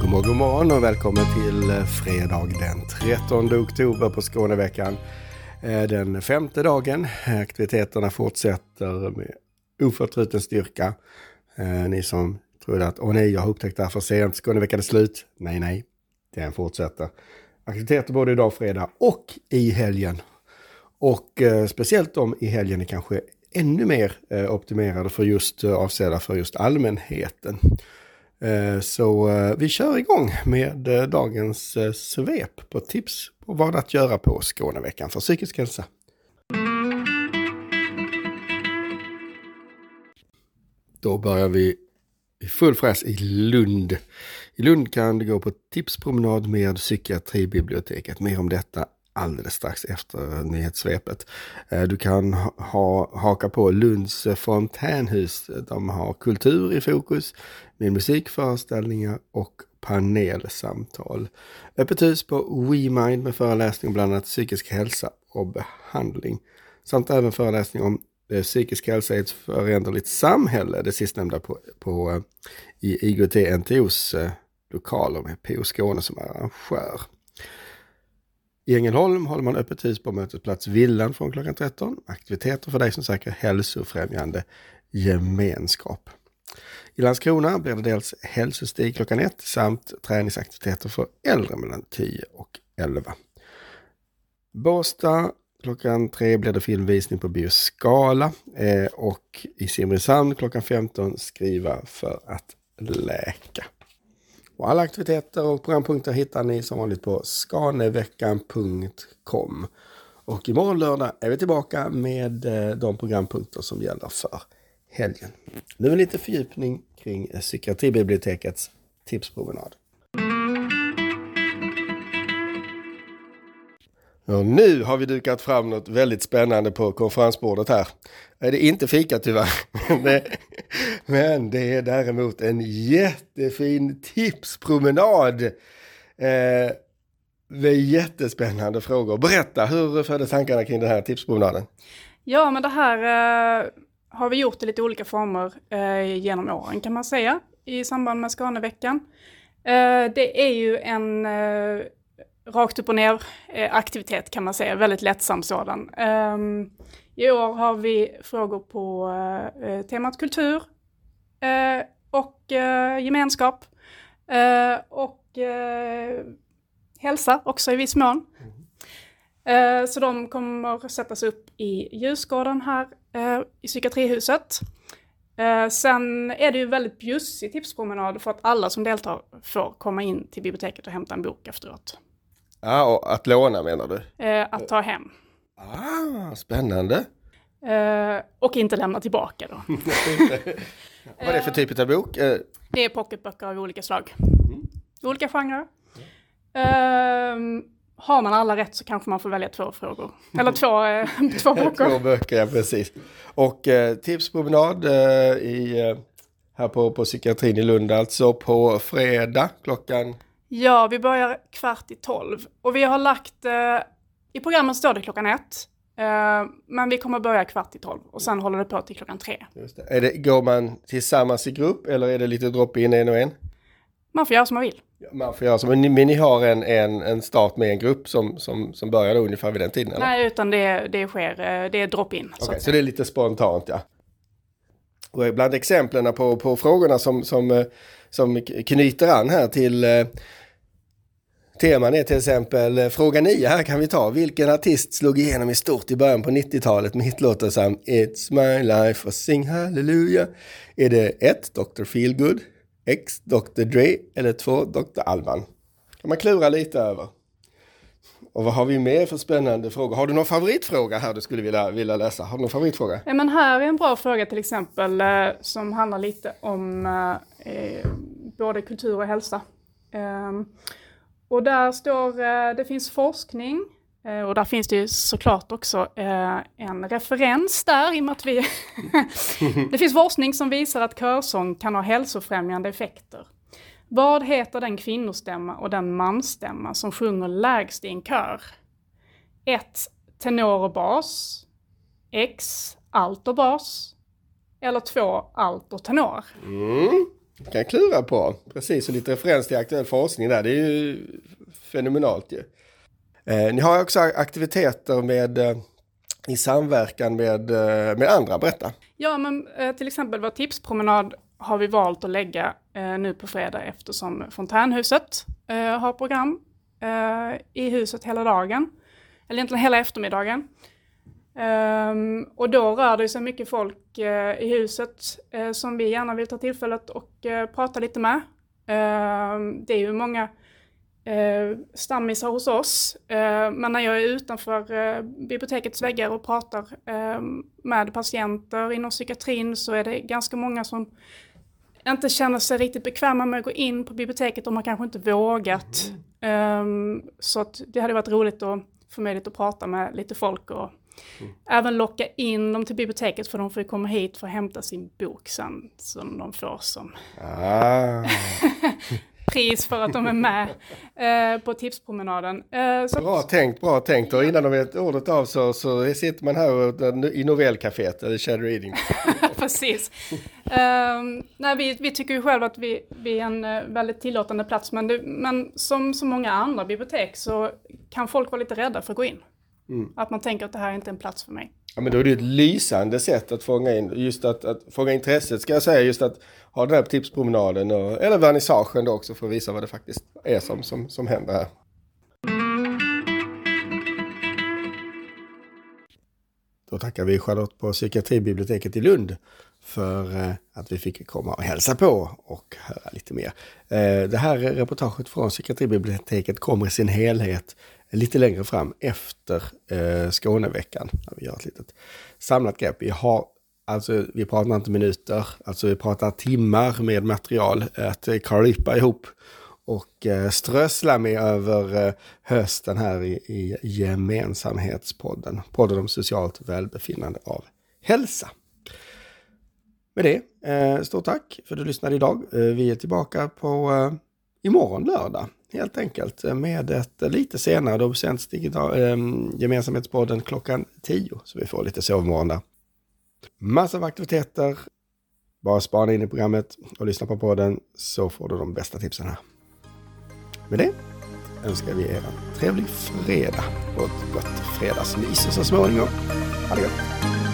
God morgon och välkommen till fredag den 13 oktober på Skåneveckan. Den 5:e dagen. Aktiviteterna fortsätter med oförtruten styrka. Ni som trodde att jag har upptäckt det här för sent, Skåneveckan är slut. Nej, den fortsätter. Aktiviteter både idag fredag och i helgen. Och speciellt de i helgen är kanske ännu mer optimerade för just avsedda för just allmänheten. Så vi kör igång med dagens svep på tips på vad att göra på Skåneveckan för psykisk hälsa. Då börjar vi i full fräs i Lund. I Lund kan du gå på tipspromenad med psykiatribiblioteket. Mer om detta alldeles strax efter nyhetssvepet. Du kan haka på Lunds fontänhus. De har kultur i fokus med musikföreställningar och panelsamtal. Öppet hus på WeMind med föreläsning bland annat psykisk hälsa och behandling. Samt även föreläsning om psykisk hälsa i ett föränderligt samhälle. Det sistnämnda på i IGT-NTOs lokaler med PO Skåne som arrangör. I Ängelholm håller man öppet hus på mötesplats Villan från klockan 13. Aktiviteter för dig som söker hälsofrämjande gemenskap. I Landskrona blir det dels hälsostig klockan 1 samt träningsaktiviteter för äldre mellan 10 och 11. Båstad klockan 3 blir det filmvisning på Bioskala och i Simrishamn klockan 15 skriva för att läka. Och alla aktiviteter och programpunkter hittar ni som vanligt på skaneveckan.com. Och imorgon lördag är vi tillbaka med de programpunkter som gäller för helgen. Nu en lite fördjupning kring Psykiatribibliotekets tipspromenad. Och nu har vi dukat fram något väldigt spännande på konferensbordet här. Det är inte fika tyvärr. Men det är däremot en jättefin tipspromenad. Med jättespännande frågor. Berätta, hur föddes tankarna kring den här tipspromenaden? Ja, men det här har vi gjort i lite olika former genom åren kan man säga. I samband med Skåneveckan. Det är ju en rakt upp och ner aktivitet kan man säga. Väldigt lättsam sådan. I år har vi frågor på temat kultur och gemenskap och hälsa också i viss mån. Så de kommer sättas upp i Ljusgården här i psykiatrihuset. Sen är det ju väldigt bjussig tipspromenad för att alla som deltar får komma in till biblioteket och hämta en bok efteråt. Ja, och att låna menar du? Att ta hem. Spännande. Och inte lämna tillbaka då. Vad är det för typ av bok? Det är pocketböcker av olika slag. Olika genrer. Har man alla rätt så kanske man får välja 2 frågor. Eller 2 böcker. 2 böcker, ja precis. Och tipspromenad här på psykiatrin i Lund alltså på fredag klockan... Ja, vi börjar 11:45. Och vi har lagt... I programmet står det klockan 1. Men vi kommer börja 11:45. Och sen håller det på till klockan 3. Just det. Går man tillsammans i grupp eller är det lite drop-in en och en? Man får göra som man vill. Man får göra som, men ni har en start med en grupp som börjar då ungefär vid den tiden? Eller? Nej, utan det är drop-in. Okej, så det är lite spontant, ja. Och bland exemplen på frågorna som knyter an här till teman är till exempel fråga 9 här kan vi ta. Vilken artist slog igenom i stort i början på 90-talet med hitlåtar som It's My Life och Sing Hallelujah? Är det 1. Dr. Feelgood, X. Dr. Dre eller 2. Dr. Alban? Kan man klura lite över. Och vad har vi med för spännande frågor? Har du någon favoritfråga här du skulle vilja läsa? Har du någon favoritfråga? Ja, men här är en bra fråga till exempel som handlar lite om både kultur och hälsa. Och där står det finns forskning och där finns det ju såklart också en referens där i och med att det finns forskning som visar att körsång kan ha hälsofrämjande effekter. Vad heter den kvinnostämma och den mansstämma som sjunger lägst i en kör? 1. Tenor och bas. X. Alt och bas. Eller 2. Alt och tenor. kan klura på. Precis, och lite referens till aktuell forskning där. Det är ju fenomenalt ju. Ni har också aktiviteter i samverkan med andra. Berätta. Ja, men till exempel vår tipspromenad har vi valt att lägga nu på fredag eftersom Fontänhuset har program i huset hela dagen. Eller egentligen hela eftermiddagen. Och då rör det sig mycket folk i huset som vi gärna vill ta tillfället och prata lite med. Det är ju många stammisar hos oss. Men när jag är utanför bibliotekets väggar och pratar med patienter inom psykiatrin så är det ganska många som inte känner sig riktigt bekväma med att gå in på biblioteket och man kanske inte vågat. Så att det hade varit roligt att få möjlighet att prata med lite folk och även locka in dem till biblioteket för de får komma hit för att hämta sin bok sen som de får som pris för att de är med på tipspromenaden. Bra tänkt. Och innan de vet ordet av så sitter man här i novellcaféet eller shared reading. Precis. Vi tycker ju själva att vi är en väldigt tillåtande plats. Men som så många andra bibliotek så kan folk vara lite rädda för att gå in. Att man tänker att det här är inte en plats för mig. Ja, men då är det ett lysande sätt att fånga in, just att fånga intresset ska jag säga, just att ha den här på tipspromenaden eller vernissagen då också för att visa vad det faktiskt är som händer här. Då tackar vi Charlotte på Psykiatribiblioteket i Lund för att vi fick komma och hälsa på och höra lite mer. Det här reportaget från Psykiatribiblioteket kommer i sin helhet lite längre fram efter Skåneveckan. Vi gör ett litet samlat grepp. Vi pratar inte minuter, alltså vi pratar timmar med material att klippa ihop och strössla med över hösten här i Gemensamhetspodden. Podden om socialt välbefinnande av hälsa. Med det, stort tack för att du lyssnade idag. Vi är tillbaka på imorgon lördag. Helt enkelt med ett lite senare, då sänds Gemensamhetspodden klockan 10. Så vi får lite sovmorgon där. Massa av aktiviteter. Bara spana in i programmet och lyssna på podden så får du de bästa tipsen här. Med det önskar vi er en trevlig fredag och ett gott fredagsmys så småningom. Ha det gott!